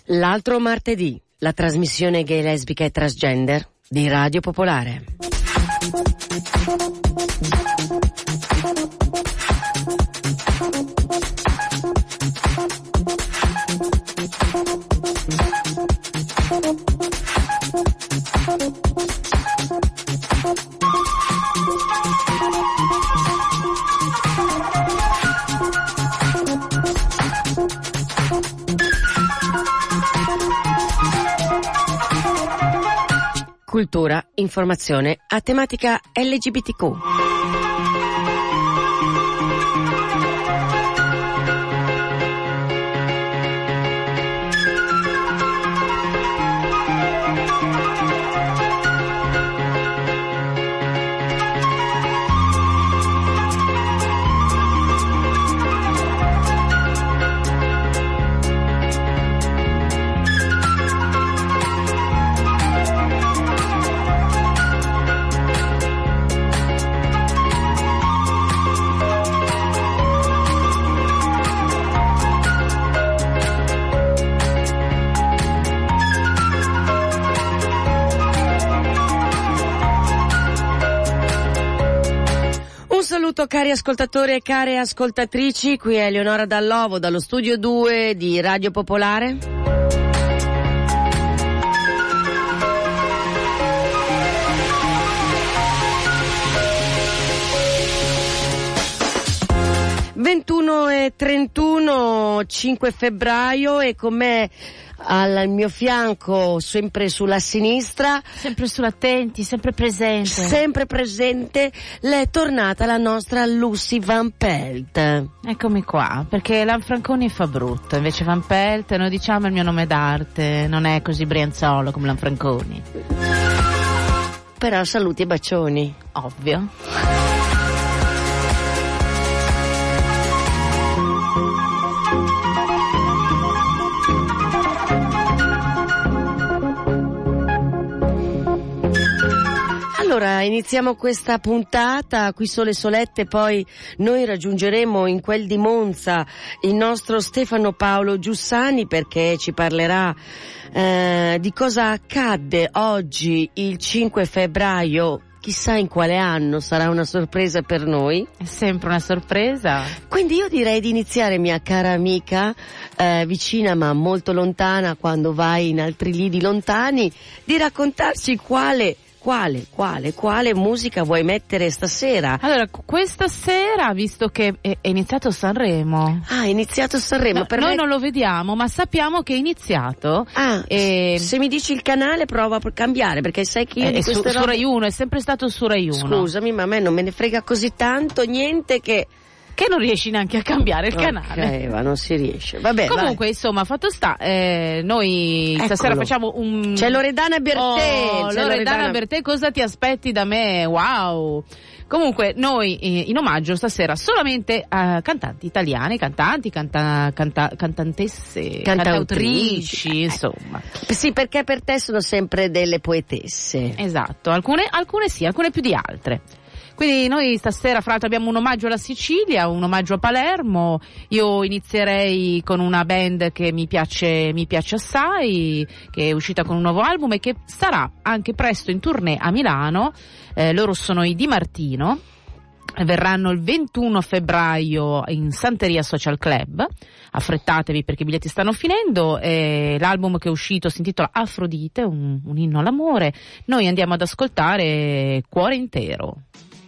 L'altro martedì, la trasmissione gay, lesbica e transgender di Radio Popolare. Cultura, informazione a tematica LGBTQ. Cari ascoltatori e care ascoltatrici, qui è Eleonora Dallovo dallo studio 2 di Radio Popolare. e 31, 5 febbraio e con me al mio fianco, sempre sulla sinistra, sempre sull'attenti, sempre presente, le è tornata la nostra Lucy Van Pelt. Eccomi qua, perché Lanfranconi fa brutto, invece Van Pelt, noi diciamo il mio nome d'arte, non è così brianzolo come Lanfranconi. Però saluti e bacioni. Ovvio. Allora, iniziamo questa puntata qui Sole Solette, poi noi raggiungeremo in quel di Monza il nostro Stefano Paolo Giussani perché ci parlerà di cosa accadde oggi il 5 febbraio. Chissà in quale anno, sarà una sorpresa per noi. È sempre una sorpresa. Quindi io direi di iniziare, mia cara amica, vicina ma molto lontana quando vai in altri lidi lontani, di raccontarci quale musica vuoi mettere stasera? Allora, questa sera, visto che è iniziato Sanremo. Ah, è iniziato Sanremo. No, per noi non lo vediamo, ma sappiamo che è iniziato. Ah, se mi dici il canale provo a cambiare, perché sai che io di queste su Rai 1, è sempre stato su Rai 1. Scusami, ma a me non me ne frega così tanto, niente che non riesci neanche a cambiare il canale. Ma non si riesce. Vabbè, comunque, vai. Insomma, fatto sta, noi stasera facciamo un... C'è Loredana Bertè. Loredana Bertè, cosa ti aspetti da me? Wow! Comunque, noi in omaggio stasera solamente a cantanti italiane, cantantesse, cantautrici, insomma. Sì, perché per te sono sempre delle poetesse. Esatto, alcune sì, alcune più di altre. Quindi noi stasera, fra l'altro, abbiamo un omaggio alla Sicilia, un omaggio a Palermo. Io inizierei con una band che mi piace assai, che è uscita con un nuovo album e che sarà anche presto in tournée a Milano. Loro sono i Di Martino. Verranno il 21 febbraio in Santeria Social Club. Affrettatevi perché i biglietti stanno finendo. L'album che è uscito si intitola Afrodite, un inno all'amore. Noi andiamo ad ascoltare Cuore intero.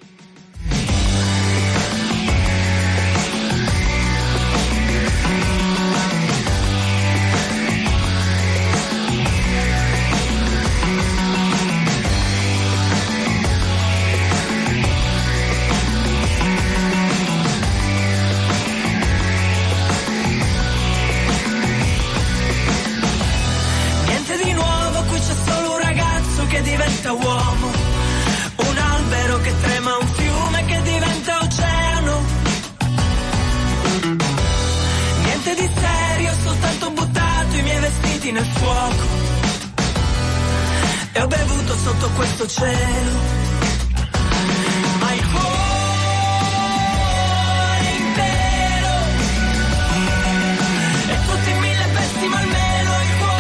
Diventa uomo, un albero che trema, un fiume che diventa oceano. Niente di serio, soltanto buttato i miei vestiti nel fuoco e ho bevuto sotto questo cielo. Ma il cuore intero e tutti 1000 pesti malmelo, il cuore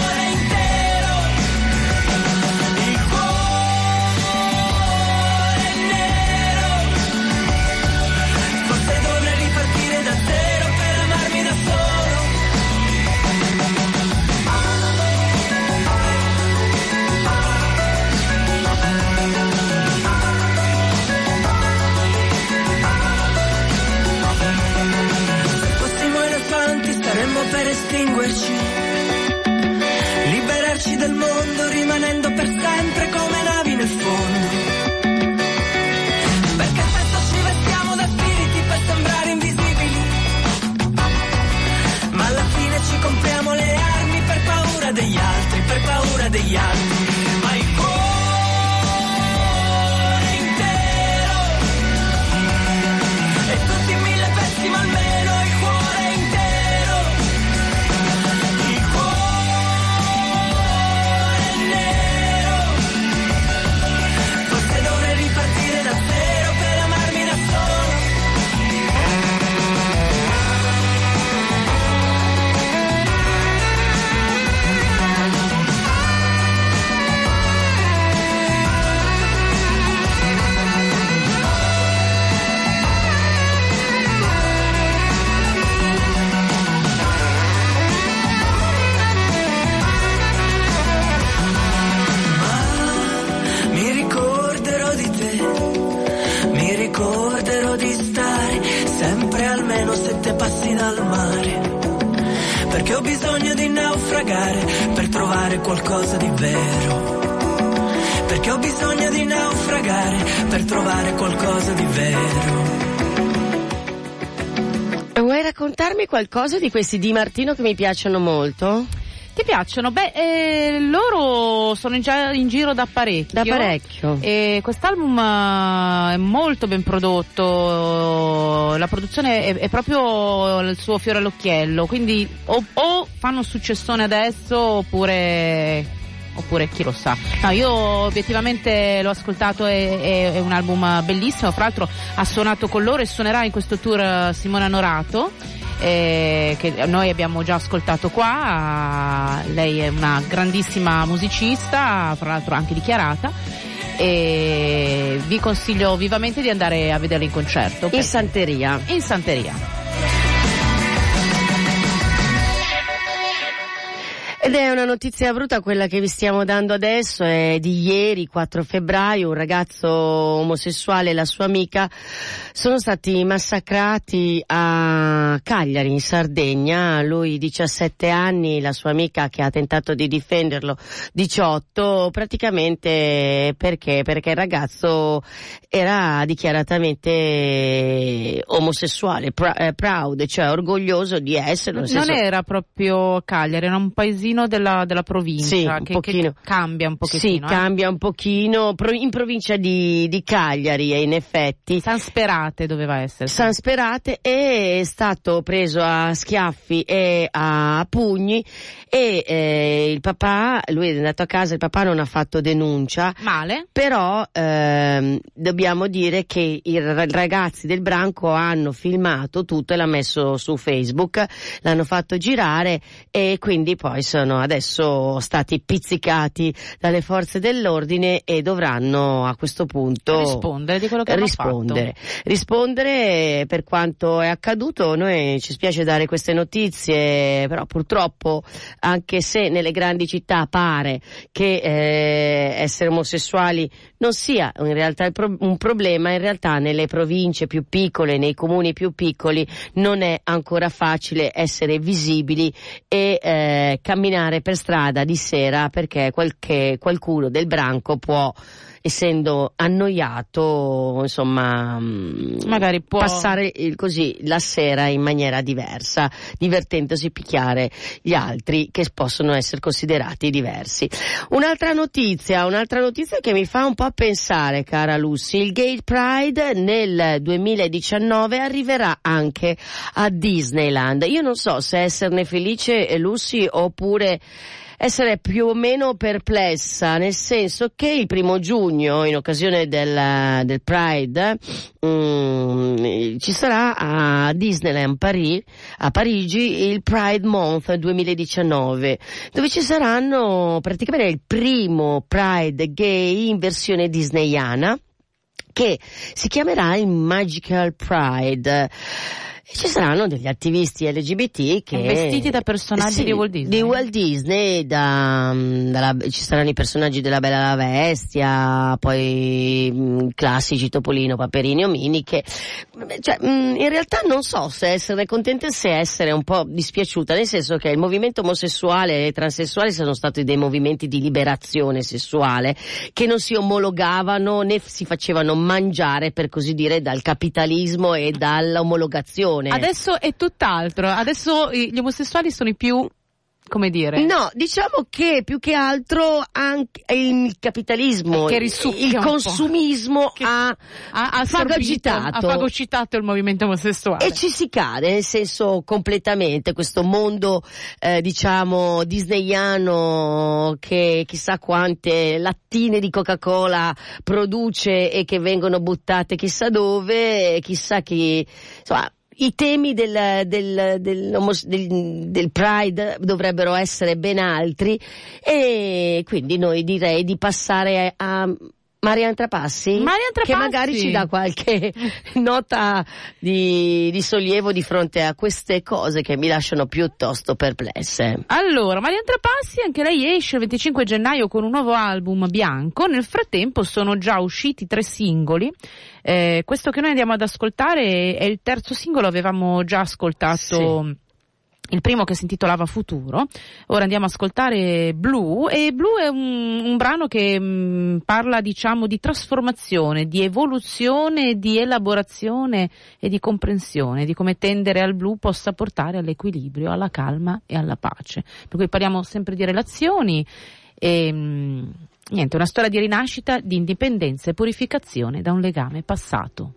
perché ho bisogno di naufragare per trovare qualcosa di vero, perché ho bisogno di naufragare per trovare qualcosa di vero. Vuoi raccontarmi qualcosa di questi Di Martino che mi piacciono molto? Ti piacciono? Loro sono già in giro da parecchio. E quest'album è molto ben prodotto, la produzione è proprio il suo fiore all'occhiello, quindi o fanno un successone adesso oppure chi lo sa. No, io obiettivamente l'ho ascoltato, è un album bellissimo, fra l'altro ha suonato con loro e suonerà in questo tour Simona Norato, che noi abbiamo già ascoltato qua. Lei è una grandissima musicista, fra l'altro anche dichiarata, e vi consiglio vivamente di andare a vederla in concerto. In Santeria. Ed è una notizia brutta quella che vi stiamo dando adesso, è di ieri, 4 febbraio, un ragazzo omosessuale e la sua amica sono stati massacrati a Cagliari, in Sardegna. Lui 17 anni, la sua amica che ha tentato di difenderlo 18, praticamente perché il ragazzo era dichiaratamente omosessuale, proud, cioè orgoglioso di esserlo. Non era proprio Cagliari, era un paesino della provincia, sì, che cambia un pochettino. Sì, cambia un pochino, in provincia di Cagliari, in effetti. San Sperate doveva essere. San Sperate, è stato preso a schiaffi e a pugni, e il papà, lui è andato a casa, il papà non ha fatto denuncia. Male. Però dobbiamo dire che i ragazzi del branco hanno filmato tutto e l'hanno messo su Facebook, l'hanno fatto girare, e quindi poi sono adesso stati pizzicati dalle forze dell'ordine e dovranno a questo punto rispondere di quello che hanno fatto. Rispondere per quanto è accaduto. Noi ci spiace dare queste notizie, però purtroppo, anche se nelle grandi città pare che essere omosessuali non sia in realtà un problema, in realtà nelle province più piccole, nei comuni più piccoli, non è ancora facile essere visibili e camminare per strada di sera, perché qualcuno del branco può, essendo annoiato, insomma, magari può passare così la sera in maniera diversa, divertendosi a picchiare gli altri che possono essere considerati diversi. Un'altra notizia che mi fa un po' pensare, cara Lucy: il Gay Pride nel 2019 arriverà anche a Disneyland. Io non so se esserne felice, Lucy, oppure essere più o meno perplessa, nel senso che il 1 giugno, in occasione del Pride, ci sarà a Disneyland a Parigi il Pride Month 2019, dove ci saranno praticamente il primo Pride gay in versione disneyana, che si chiamerà il Magical Pride. Ci saranno degli attivisti LGBT che vestiti da personaggi di Walt Disney. Di Walt Disney, ci saranno i personaggi della Bella e la Bestia, poi classici Topolino, Paperino, Mini, che in realtà non so se essere contenta e se essere un po' dispiaciuta, nel senso che il movimento omosessuale e transessuale sono stati dei movimenti di liberazione sessuale che non si omologavano né si facevano mangiare, per così dire, dal capitalismo e dall'omologazione. Adesso è tutt'altro, adesso gli omosessuali sono i più, come dire? No, diciamo che più che altro anche il capitalismo, che il consumismo ha fagocitato il movimento omosessuale. E ci si cade, nel senso, completamente, questo mondo diciamo disneyano, che chissà quante lattine di Coca-Cola produce e che vengono buttate chissà dove, chissà chi, insomma. I temi del Pride dovrebbero essere ben altri, e quindi noi direi di passare a Marian Trapassi, che magari ci dà qualche nota di sollievo di fronte a queste cose che mi lasciano piuttosto perplesse. Allora, Marian Trapassi, anche lei esce il 25 gennaio con un nuovo album bianco. Nel frattempo sono già usciti 3 singoli. Questo che noi andiamo ad ascoltare è il terzo singolo, avevamo già ascoltato il primo che si intitolava Futuro. Ora andiamo a ascoltare Blue, e Blue è un brano che parla, diciamo, di trasformazione, di evoluzione, di elaborazione e di comprensione, di come tendere al blu possa portare all'equilibrio, alla calma e alla pace. Per cui parliamo sempre di relazioni e niente, una storia di rinascita, di indipendenza e purificazione da un legame passato.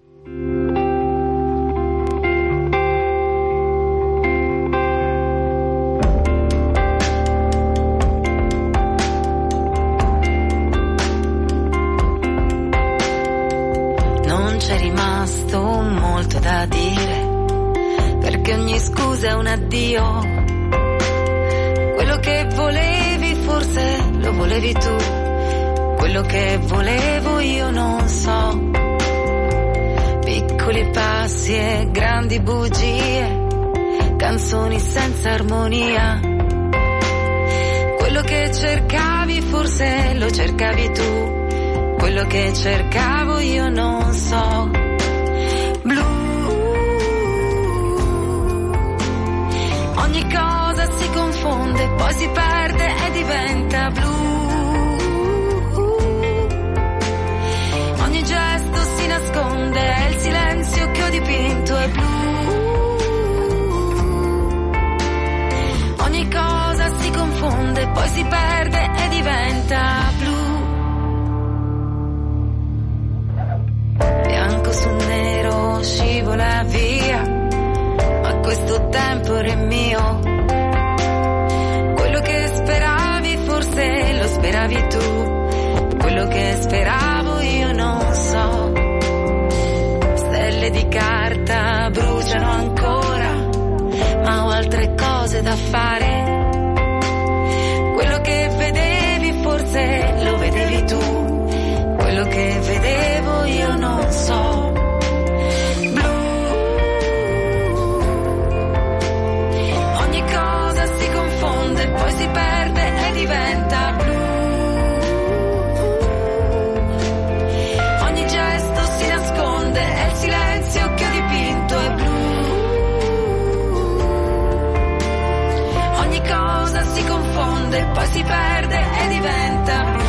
C'è rimasto molto da dire, perché ogni scusa è un addio. Quello che volevi forse lo volevi tu, quello che volevo io non so. Piccoli passi e grandi bugie, canzoni senza armonia. Quello che cercavi forse lo cercavi tu, quello che cercavo io non so. Blu, ogni cosa si confonde, poi si perde e diventa blu. Ogni gesto si nasconde, è il silenzio che ho dipinto è blu. Ogni cosa si confonde, poi si perde e diventa blu. Su nero scivola via, ma questo tempo è mio. Quello che speravi forse lo speravi tu, quello che speravo io non so. Stelle di carta bruciano ancora, ma ho altre cose da fare. Quello che vedevi forse lo vedevi tu, quello che vedevo io non so. Poi si perde e diventa blu. Ogni gesto si nasconde, è il silenzio che ho dipinto è blu. Ogni cosa si confonde, poi si perde e diventa blu.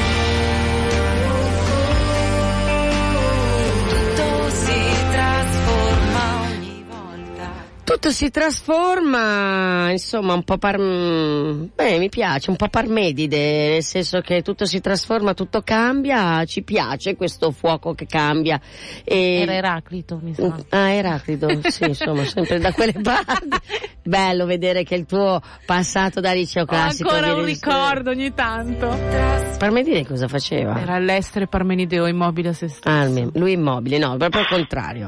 Tutto si trasforma ogni volta. Tutto si trasforma, insomma, un po' mi piace, un po' Parmenide, nel senso che tutto si trasforma, tutto cambia, ci piace questo fuoco che cambia. Era Eraclito, mi sa. Ah, Eraclito, sì, insomma, sempre da quelle parti. Bello vedere che il tuo passato da liceo classico. Ho ancora un ricordo ogni tanto. Parmenide cosa faceva? Era all'estero Parmenideo, immobile a se stesso. Ah, lui immobile, no, proprio al contrario.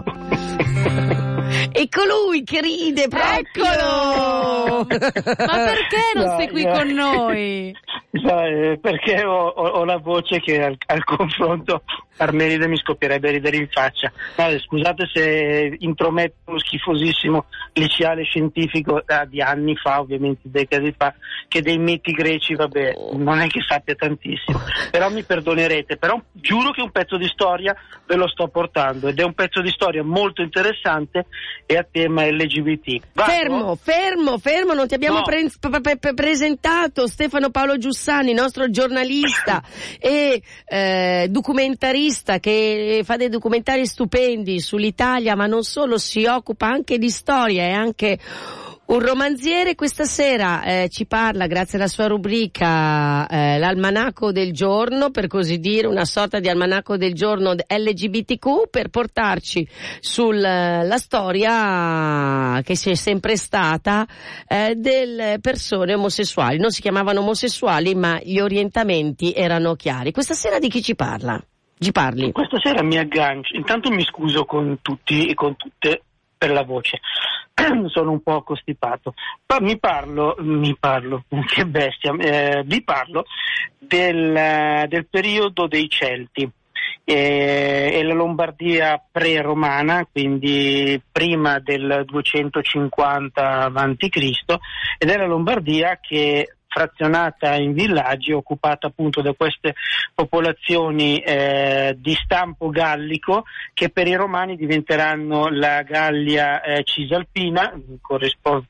E colui che ride proprio. Eccolo! Ma perché non sei qui con noi? Perché ho la voce che al confronto Parmenide mi scoppierebbe a ridere in faccia. Vabbè, scusate se intrometto uno schifosissimo liceale scientifico di anni fa, ovviamente decadi fa, che dei miti greci, vabbè, non è che sappia tantissimo, però mi perdonerete, però giuro che un pezzo di storia ve lo sto portando, ed è un pezzo di storia molto interessante e a tema LGBT. Vado? Fermo, non ti abbiamo presentato Stefano Paolo Giussani, nostro giornalista e documentarista che fa dei documentari stupendi sull'Italia, ma non solo, si occupa anche di storia, è anche un romanziere. Questa sera ci parla, grazie alla sua rubrica, l'almanacco del giorno, per così dire, una sorta di almanacco del giorno LGBTQ, per portarci sulla storia che c'è sempre stata delle persone omosessuali. Non si chiamavano omosessuali, ma gli orientamenti erano chiari. Questa sera di chi ci parla? Ci parli? Questa sera mi aggancio, intanto mi scuso con tutti e con tutte per la voce. Sono un po' costipato. Poi vi parlo, che bestia, vi parlo del periodo dei Celti. È la Lombardia pre-romana, quindi prima del 250 a.C., ed è la Lombardia che, frazionata in villaggi, occupata appunto da queste popolazioni di stampo gallico, che per i romani diventeranno la Gallia Cisalpina, corrisposta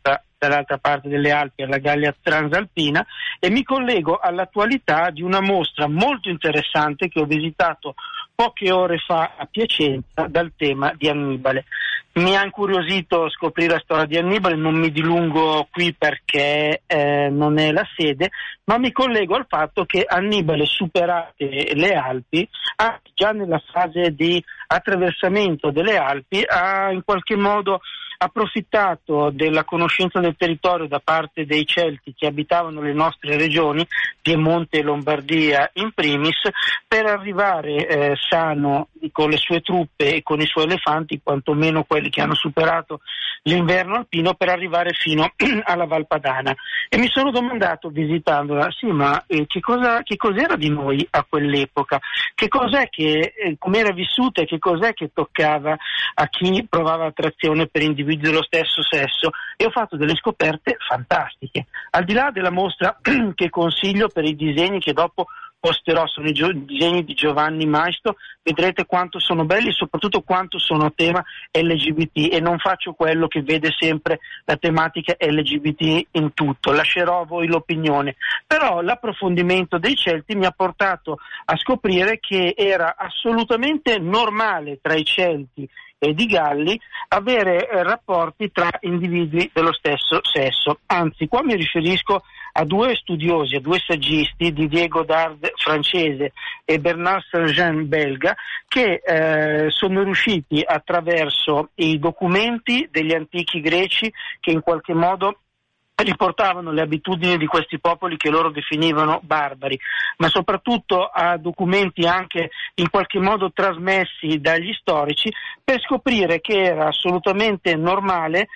dall'altra parte delle Alpi alla Gallia Transalpina, e mi collego all'attualità di una mostra molto interessante che ho visitato poche ore fa a Piacenza dal tema di Annibale. Mi ha incuriosito scoprire la storia di Annibale, non mi dilungo qui perché non è la sede, ma mi collego al fatto che Annibale, superate le Alpi, ha già nella fase di attraversamento delle Alpi, ha in qualche modo approfittato della conoscenza del territorio da parte dei Celti che abitavano le nostre regioni, Piemonte e Lombardia in primis, per arrivare sano con le sue truppe e con i suoi elefanti, quantomeno quelli che hanno superato l'inverno alpino, per arrivare fino alla Val Padana. E mi sono domandato, visitandola, sì, ma che cos'era di noi a quell'epoca? Che cos'è che, come era vissuta e che cos'è che toccava a chi provava attrazione per individui dello stesso sesso? E ho fatto delle scoperte fantastiche. Al di là della mostra che consiglio per i disegni che dopo posterò, sono i disegni di Giovanni Maisto, vedrete quanto sono belli e soprattutto quanto sono a tema LGBT, e non faccio quello che vede sempre la tematica LGBT in tutto, lascerò a voi l'opinione. Però l'approfondimento dei Celti mi ha portato a scoprire che era assolutamente normale tra i Celti e i Galli avere rapporti tra individui dello stesso sesso. Anzi, qua mi riferisco a due studiosi, a due saggisti, Didier Godard francese e Bernard Saint-Jean belga, che sono riusciti attraverso i documenti degli antichi greci, che in qualche modo riportavano le abitudini di questi popoli che loro definivano barbari, ma soprattutto a documenti anche in qualche modo trasmessi dagli storici, per scoprire che era assolutamente normale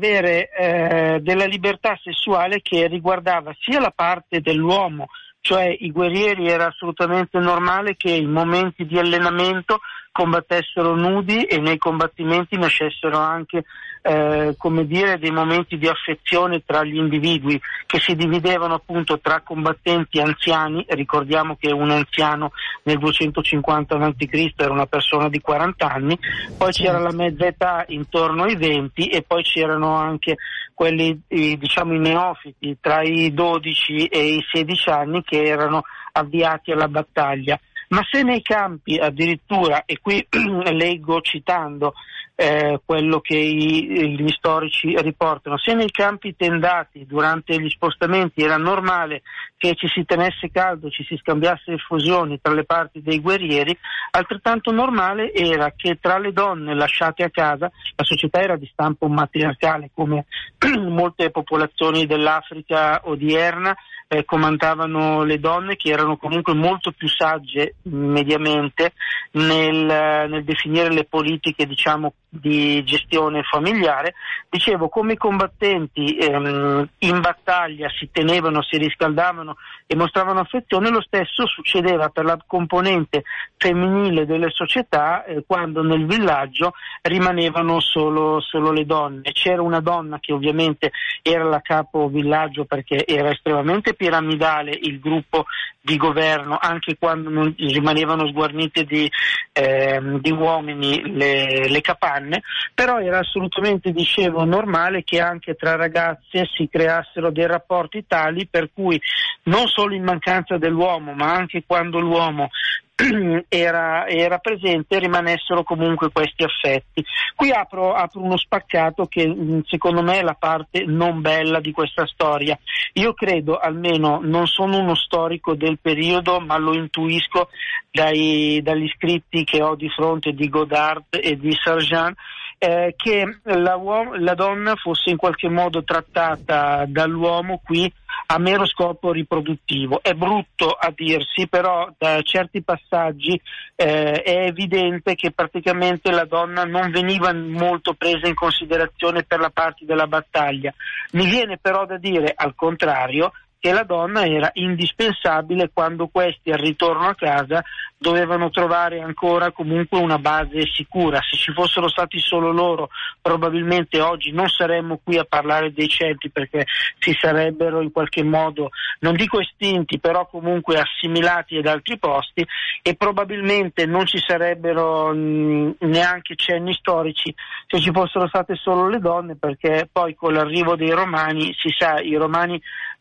avere della libertà sessuale che riguardava sia la parte dell'uomo, cioè i guerrieri, era assolutamente normale che in momenti di allenamento combattessero nudi e nei combattimenti nascessero anche dei momenti di affezione tra gli individui, che si dividevano appunto tra combattenti anziani. Ricordiamo che un anziano nel 250 a.C. era una persona di 40 anni, poi c'era la mezza età intorno ai 20 e poi c'erano anche quelli i neofiti tra i 12 e i 16 anni che erano avviati alla battaglia. Ma se nei campi addirittura, e qui leggo citando quello che gli storici riportano, se nei campi tendati durante gli spostamenti era normale che ci si tenesse caldo, ci si scambiasse effusioni tra le parti dei guerrieri, altrettanto normale era che tra le donne lasciate a casa, la società era di stampo matriarcale come molte popolazioni dell'Africa odierna, comandavano le donne, che erano comunque molto più sagge mediamente nel definire le politiche di gestione familiare. Dicevo, come i combattenti in battaglia si tenevano, si riscaldavano e mostravano affezione, lo stesso succedeva per la componente femminile delle società quando nel villaggio rimanevano solo le donne. C'era una donna che ovviamente era la capo villaggio, perché era estremamente piramidale il gruppo di governo, anche quando non rimanevano sguarnite di uomini le capanne, però era assolutamente, dicevo, normale che anche tra ragazze si creassero dei rapporti tali per cui non solo in mancanza dell'uomo, ma anche quando l'uomo era presente, rimanessero comunque questi affetti. Qui apro uno spaccato che secondo me è la parte non bella di questa storia. Io credo, almeno non sono uno storico del periodo, ma lo intuisco dagli scritti che ho di fronte di Godard e di Saint-Jean, che la donna fosse in qualche modo trattata dall'uomo qui a mero scopo riproduttivo. È brutto a dirsi, però da certi passaggi è evidente che praticamente la donna non veniva molto presa in considerazione per la parte della battaglia. Mi viene però da dire, al contrario, che la donna era indispensabile quando questi al ritorno a casa dovevano trovare ancora comunque una base sicura. Se ci fossero stati solo loro, probabilmente oggi non saremmo qui a parlare dei Celti, perché si sarebbero in qualche modo, non dico estinti, però comunque assimilati ad altri posti, e probabilmente non ci sarebbero neanche cenni storici se ci fossero state solo le donne, perché poi con l'arrivo dei Romani, si sa, i Romani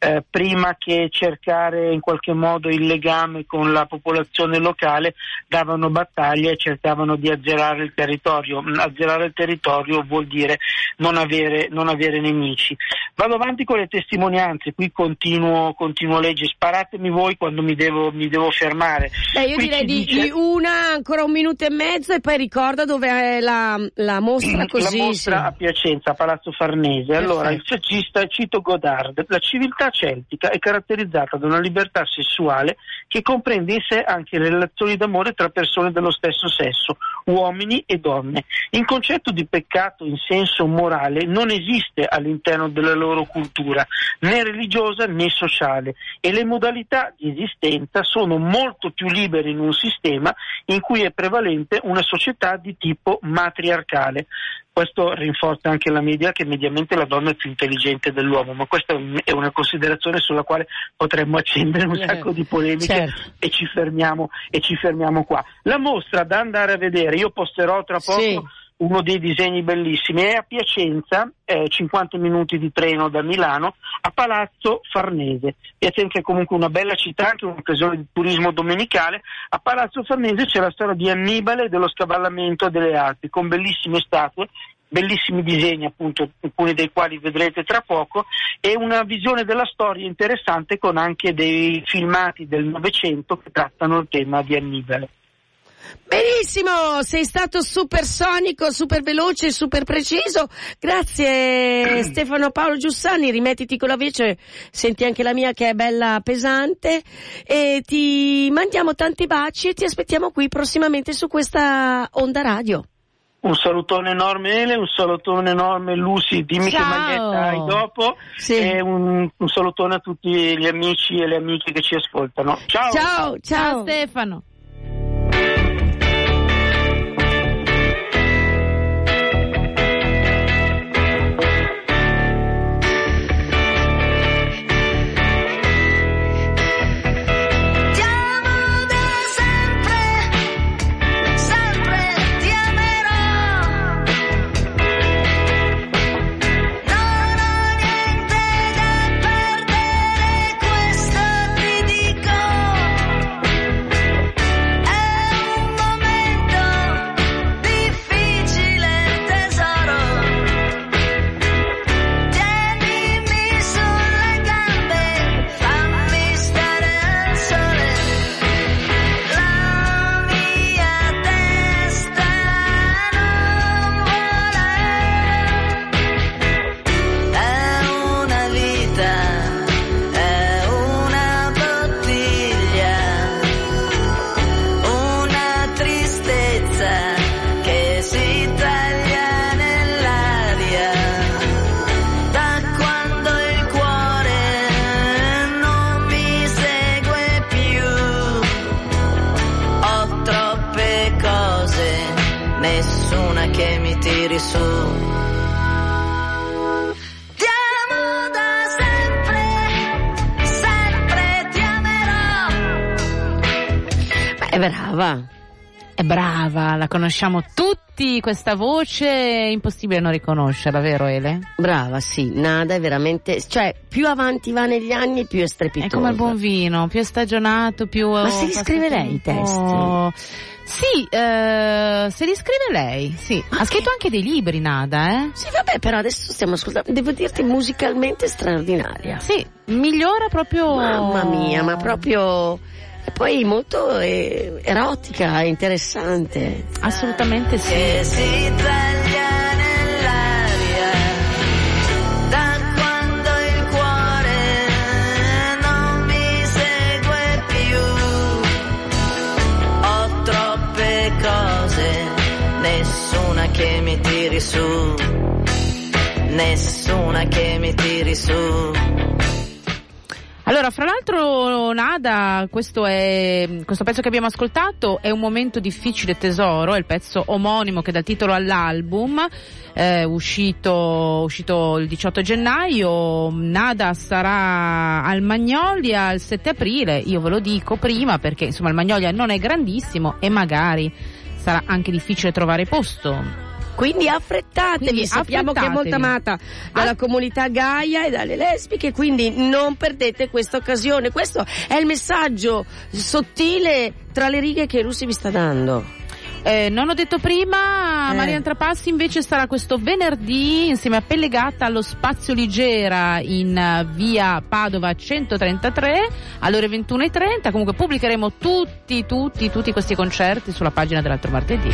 prima che cercare in qualche modo il legame con la popolazione locale davano battaglia e cercavano di azzerare il territorio. Azzerare il territorio vuol dire non avere nemici. Vado avanti con le testimonianze, qui continuo a leggere, sparatemi voi quando mi devo fermare. Io qui direi di una, ancora 1 minuto e mezzo, e poi ricorda dove è la mostra, così. La mostra a Piacenza, a Palazzo Farnese. Perfetto. Allora, il saggista, cito Godard: la civiltà celtica è caratterizzata da una libertà sessuale che comprende in sé anche le relazioni d'amore tra persone dello stesso sesso, uomini e donne. Il concetto di peccato in senso morale non esiste all'interno della loro cultura, né religiosa né sociale, e le modalità di esistenza sono molto più libere in un sistema in cui è prevalente una società di tipo matriarcale. Questo rinforza anche la media, che mediamente la donna è più intelligente dell'uomo, ma questa è una considerazione sulla quale potremmo accendere un sacco di polemiche, certo. e ci fermiamo qua. La mostra da andare a vedere, io posterò tra poco uno dei disegni bellissimi, è a Piacenza, 50 minuti di treno da Milano, a Palazzo Farnese. Piacenza è comunque una bella città, anche un'occasione di turismo domenicale. A Palazzo Farnese c'è la storia di Annibale e dello scavallamento delle Alpi, con bellissime statue, bellissimi disegni, appunto, alcuni dei quali vedrete tra poco, e una visione della storia interessante, con anche dei filmati del Novecento che trattano il tema di Annibale. Benissimo, sei stato supersonico, super veloce, super preciso. Grazie Stefano Paolo Giussani, rimettiti con la voce, senti anche la mia che è bella pesante, e ti mandiamo tanti baci e ti aspettiamo qui prossimamente su questa onda radio. Un salutone enorme Ele, un salutone enorme Lucy, dimmi Ciao. Che maglietta hai dopo, e un salutone a tutti gli amici e le amiche che ci ascoltano. Ciao Stefano. È brava, la conosciamo tutti, questa voce è impossibile non riconoscerla, vero Ele? Brava, sì, Nada è veramente, cioè più avanti va negli anni più è strepitosa. È come il buon vino, più è stagionato, più... Ma si riscrive lei i testi? Sì, se li scrive lei, sì. Ha scritto anche dei libri, Nada, Sì, vabbè, però adesso stiamo ascoltando, devo dirti, musicalmente straordinaria. Sì, migliora proprio... Mamma mia, ma proprio... E poi molto erotica, interessante. Assolutamente sì. Che si taglia nell'aria da quando il cuore non mi segue più. Ho troppe cose, nessuna che mi tiri su, nessuna che mi tiri su. Allora, fra l'altro, Nada, questo pezzo che abbiamo ascoltato è Un momento difficile tesoro, è il pezzo omonimo che dà titolo all'album, uscito il 18 gennaio. Nada sarà al Magnolia il 7 aprile, io ve lo dico prima perché insomma il Magnolia non è grandissimo e magari sarà anche difficile trovare posto. Quindi affrettatevi, sappiamo che è molto amata dalla comunità Gaia e dalle lesbiche, quindi non perdete questa occasione. Questo è il messaggio sottile tra le righe che Lucy vi sta dando. Non ho detto prima, Marian Trapassi invece sarà questo venerdì insieme a Pellegata allo Spazio Ligera in via Padova 133 alle ore 21:30. Comunque pubblicheremo tutti questi concerti sulla pagina dell'altro martedì.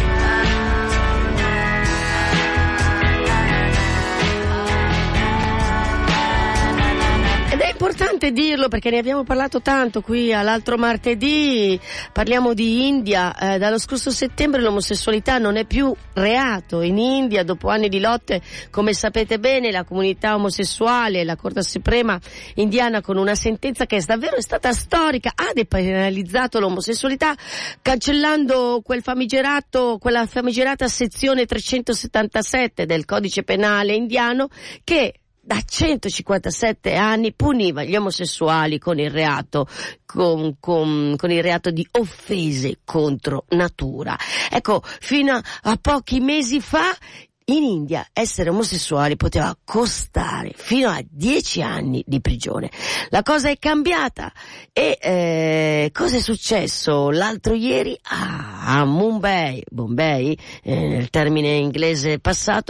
È importante dirlo perché ne abbiamo parlato tanto qui all'altro martedì, parliamo di India, dallo scorso settembre l'omosessualità non è più reato in India, dopo anni di lotte, come sapete bene, la comunità omosessuale, la Corte Suprema indiana con una sentenza che è stata storica, ha depenalizzato l'omosessualità cancellando quella famigerata sezione 377 del codice penale indiano che da 157 anni puniva gli omosessuali con il reato il reato di offese contro natura. Ecco, fino a pochi mesi fa in India essere omosessuali poteva costare fino a 10 anni di prigione. La cosa è cambiata e cosa è successo l'altro ieri a Bombay, nel termine inglese passato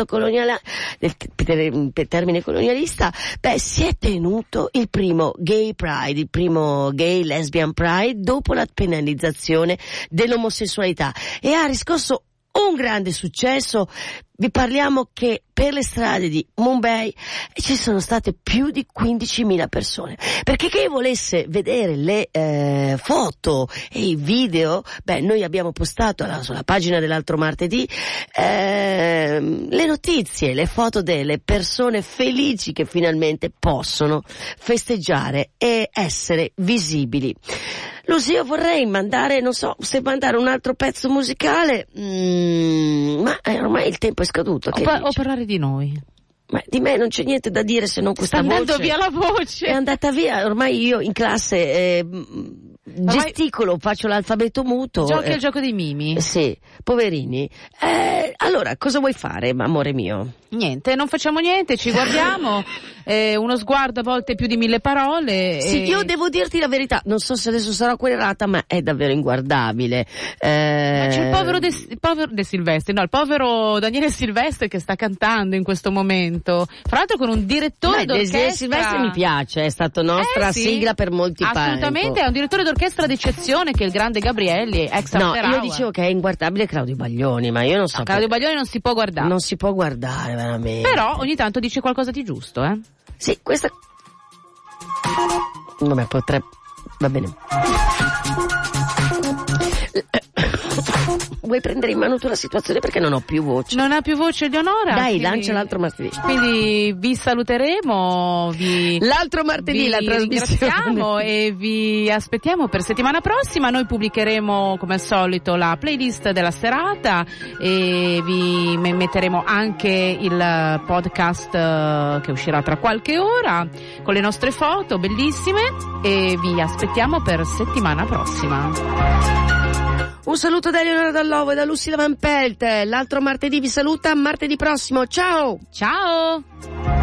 termine colonialista, si è tenuto il primo Gay Pride, il primo Gay Lesbian Pride dopo la penalizzazione dell'omosessualità e ha riscosso un grande successo. Vi parliamo che per le strade di Mumbai ci sono state più di 15.000 persone. Perché chi volesse vedere le foto e i video, noi abbiamo postato sulla pagina dell'altro martedì le notizie, le foto delle persone felici che finalmente possono festeggiare e essere visibili. Lucy, io vorrei mandare, non so se mandare un altro pezzo musicale, ma ormai il tempo è scaduto. O parlare di noi. Ma di me non c'è niente da dire se non questa voce. Sta andando via la voce. È andata via, ormai io in classe gesticolo, faccio l'alfabeto muto. Giochi al gioco dei mimi? Sì, poverini. Allora, cosa vuoi fare, amore mio? Niente, non facciamo niente, ci guardiamo, uno sguardo a volte più di 1000 parole. Sì, io devo dirti la verità, non so se adesso sarò querelata, ma è davvero inguardabile. Ma c'è il povero De Silvestri, no, il povero Daniele Silvestri che sta cantando in questo momento, fra l'altro con un direttore d'orchestra. De Silvestri mi piace, è stato nostra sigla per molti anni. Assolutamente, è un direttore d'orchestra d'eccezione che è il grande Gabrielli, ex After Hour. Io dicevo che è inguardabile Claudio Baglioni, ma io non so. Claudio Baglioni non si può guardare. Non si può guardare, veramente. Però ogni tanto dice qualcosa di giusto, Sì, questa... Vabbè, potrebbe... Va bene. Vuoi prendere in mano tu la situazione perché non ho più voce? Non ha più voce Leonora? Dai, lancia l'altro martedì. Quindi vi saluteremo, l'altro martedì la trasmissione. Ringraziamo e vi aspettiamo per settimana prossima. Noi pubblicheremo come al solito la playlist della serata e vi metteremo anche il podcast che uscirà tra qualche ora con le nostre foto bellissime e vi aspettiamo per settimana prossima. Un saluto da Eleonora Dall'Ovo e da Lucilla Van Pelt. L'altro martedì vi saluta, martedì prossimo. Ciao! Ciao!